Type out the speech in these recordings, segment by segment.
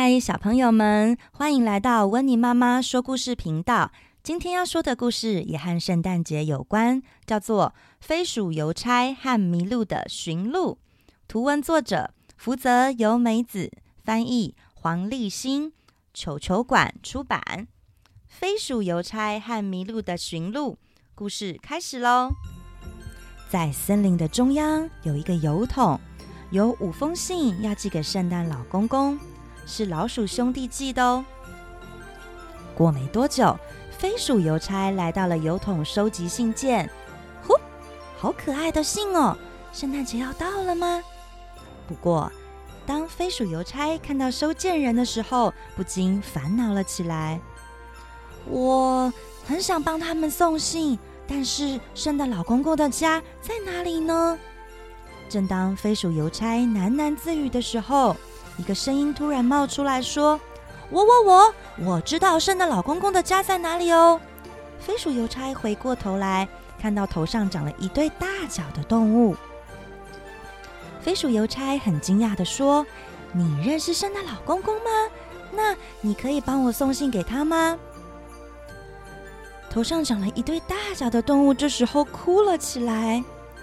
嗨，小朋友们，欢迎来到温妮妈妈说故事频道。今天要说的故事也和圣诞节有关，叫做《飞鼠邮差和麋鹿的驯鹿》。图文作者福泽由美子，翻译黄立新，球球馆出版。飞鼠邮差和麋鹿的驯鹿，故事开始咯。在森林的中央有一个邮筒，有5封信要寄给圣诞老公公，是老鼠兄弟寄的哦。过没多久，飞鼠邮差来到了邮筒收集信件。呼，好可爱的信哦！圣诞节要到了吗？不过，当飞鼠邮差看到收件人的时候，不禁烦恼了起来。我很想帮他们送信，但是圣诞老公公的家在哪里呢？正当飞鼠邮差喃喃自语的时候，一个声音突然冒出来说：我知道圣诞老公公的家在哪里哦。飞鼠邮差回过头来，看到头上长了一对大脚的动物。飞鼠邮差很惊讶地说：你认识圣诞老公公吗？那你可以帮我送信给他吗？头上长了一对大脚的动物这时候哭了起来。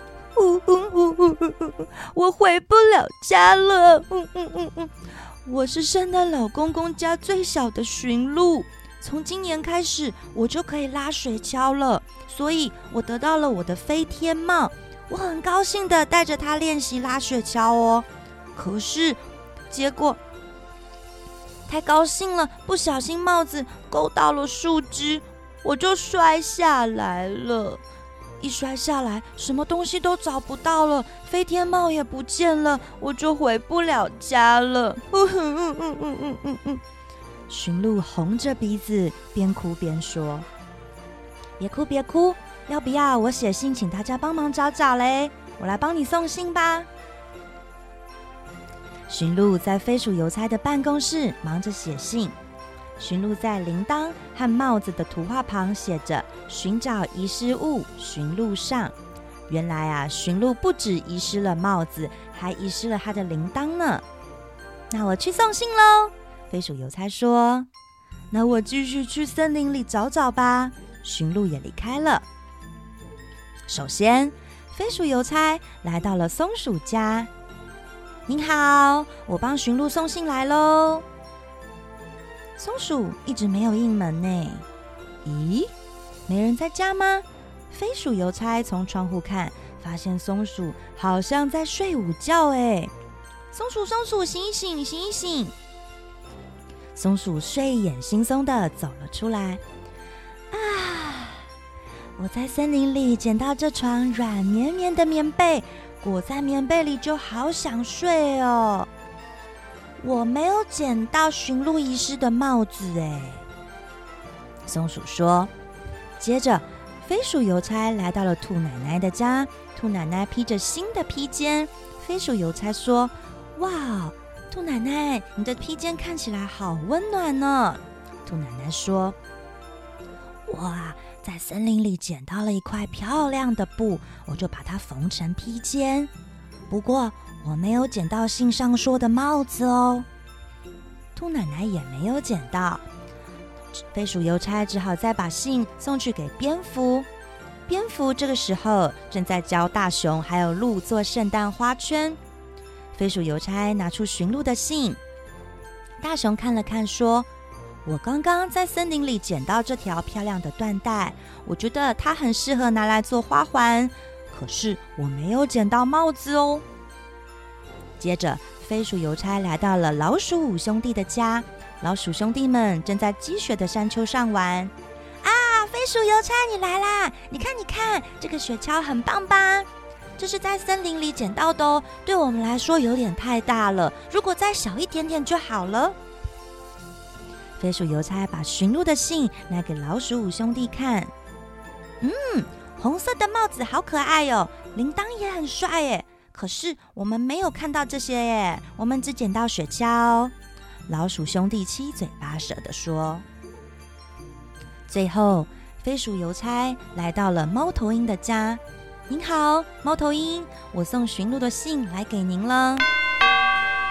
我回不了家了。我是圣诞老公公家最小的驯鹿，从今年开始我就可以拉雪橇了，所以我得到了我的飞天帽，我很高兴的带着它练习拉雪橇哦。可是结果太高兴了，不小心帽子勾到了树枝，我就摔下来了。一摔下来，什么东西都找不到了，飞天帽也不见了，我就回不了家了。驯鹿红着鼻子，边哭边说：别哭别哭，要不要我写信请大家帮忙找找嘞？我来帮你送信吧。驯鹿在飞鼠邮差的办公室忙着写信。驯鹿在铃铛和帽子的图画旁写着寻找遗失物，驯鹿上。原来啊，驯鹿不止遗失了帽子，还遗失了他的铃铛呢。那我去送信咯，飞鼠邮差说。那我继续去森林里找找吧。驯鹿也离开了。首先，飞鼠邮差来到了松鼠家。您好，我帮驯鹿送信来咯。松鼠一直没有应门呢。咦，没人在家吗？飞鼠邮差从窗户看，发现松鼠好像在睡午觉哎。松鼠，醒一醒，醒一醒！松鼠睡眼惺忪的走了出来。啊，我在森林里捡到这床软绵绵的棉被，裹在棉被里就好想睡哦。我没有捡到驯鹿遗失的帽子哎，松鼠说。接着，飞鼠邮差来到了兔奶奶的家，兔奶奶披着新的披肩。飞鼠邮差说：哇，兔奶奶，你的披肩看起来好温暖呢。兔奶奶说：我在森林里捡到了一块漂亮的布，我就把它缝成披肩。不过我没有捡到信上说的帽子哦。兔奶奶也没有捡到。飞鼠邮差只好再把信送去给蝙蝠。蝙蝠这个时候正在教大熊还有鹿做圣诞花圈。飞鼠邮差拿出驯鹿的信。大熊看了看说：我刚刚在森林里捡到这条漂亮的缎带，我觉得它很适合拿来做花环，可是我没有捡到帽子哦。接着，飞鼠邮差来到了老鼠5兄弟的家。老鼠兄弟们正在积雪的山丘上玩。啊，飞鼠邮差你来啦！你看，这个雪橇很棒吧？这是在森林里捡到的哦，对我们来说有点太大了，如果再小一点点就好了。飞鼠邮差把驯鹿的信拿给老鼠5兄弟看。红色的帽子好可爱哦，铃铛也很帅耶。可是我们没有看到这些耶，我们只捡到雪橇。老鼠兄弟七嘴八舌地说。最后，飞鼠邮差来到了猫头鹰的家。您好，猫头鹰，我送驯鹿的信来给您了。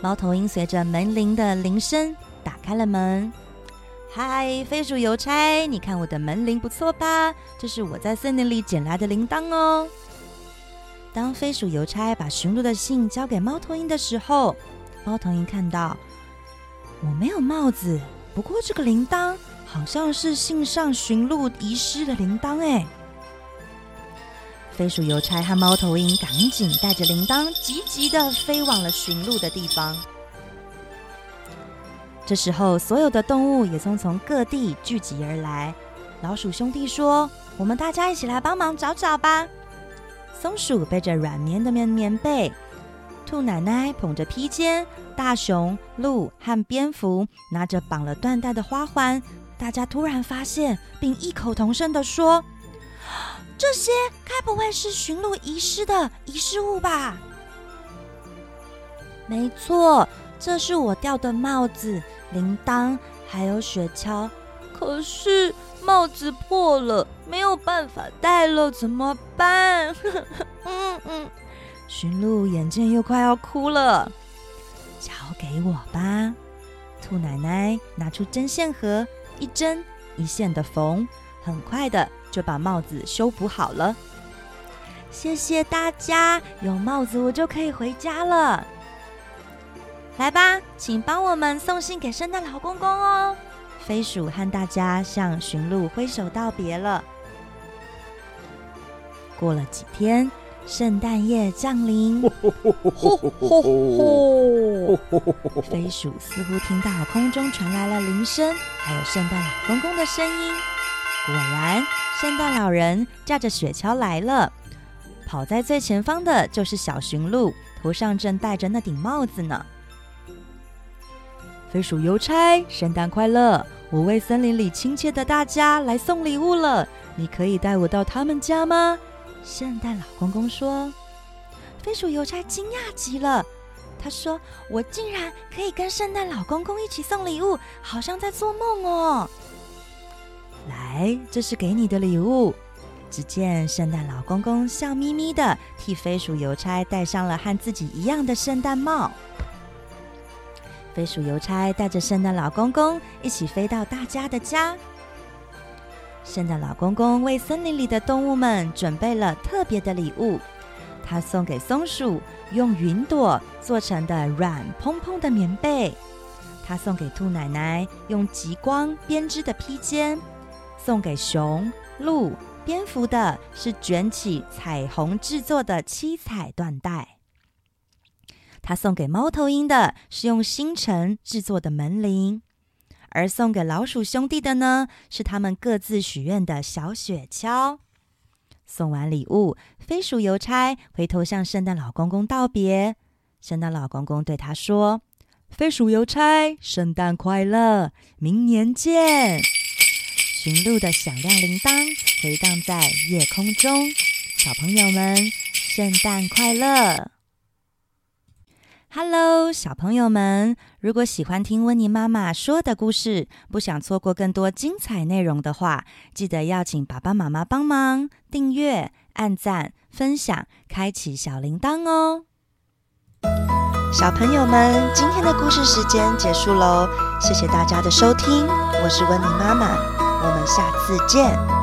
猫头鹰随着门铃的铃声打开了门。嗨，飞鼠邮差，你看我的门铃不错吧？这是我在森林里捡来的铃铛哦。当飞鼠邮差把驯鹿的信交给猫头鹰的时候，猫头鹰看到我没有帽子，不过这个铃铛好像是信上驯鹿遗失的铃铛哎。飞鼠邮差和猫头鹰赶紧带着铃铛急急地飞往了驯鹿的地方。这时候所有的动物也从各地聚集而来。老鼠兄弟说，我们大家一起来帮忙找找吧。松鼠背着软绵的棉被，兔奶奶捧着披肩，大熊、鹿和蝙蝠拿着绑了缎带的花环。大家突然发现并异口同声地说，这些该不会是驯鹿遗失的遗失物吧？没错，这是我掉的帽子、铃铛还有雪橇，可是帽子破了，没有办法戴了，怎么办？驯鹿眼见又快要哭了。交给我吧。兔奶奶拿出针线盒，一针一线的缝，很快的就把帽子修补好了。谢谢大家，有帽子我就可以回家了。来吧，请帮我们送信给圣诞老公公哦。飞鼠和大家向驯鹿挥手道别了。过了几天，圣诞夜降临，吼吼吼！飞鼠似乎听到空中传来了铃声，还有圣诞老公公的声音。果然，圣诞老人驾着雪橇来了。跑在最前方的就是小驯鹿，头上正戴着那顶帽子呢。飞鼠邮差，圣诞快乐！我为森林里亲切的大家来送礼物了，你可以带我到他们家吗？圣诞老公公说。飞鼠邮差惊讶极了，他说，我竟然可以跟圣诞老公公一起送礼物，好像在做梦哦。来，这是给你的礼物。只见圣诞老公公笑眯眯的替飞鼠邮差戴上了和自己一样的圣诞帽。飞鼠邮差带着圣诞老公公一起飞到大家的家。圣诞老公公为森林里的动物们准备了特别的礼物，他送给松鼠用云朵做成的软蓬蓬的棉被，他送给兔奶奶用极光编织的披肩，送给熊、鹿、蝙蝠的是卷起彩虹制作的七彩缎带，他送给猫头鹰的是用星辰制作的门铃，而送给老鼠兄弟的呢，是他们各自许愿的小雪橇。送完礼物，飞鼠邮差回头向圣诞老公公道别。圣诞老公公对他说，飞鼠邮差，圣诞快乐，明年见。驯鹿的响亮铃铛回荡在夜空中，小朋友们，圣诞快乐！Hello， 小朋友们，如果喜欢听温妮妈妈说的故事，不想错过更多精彩内容的话，记得要请爸爸妈妈帮忙订阅、按赞、分享、开启小铃铛哦。 小朋友们，今天的故事时间结束喽，谢谢大家的收听，我是温妮妈妈，我们下次见。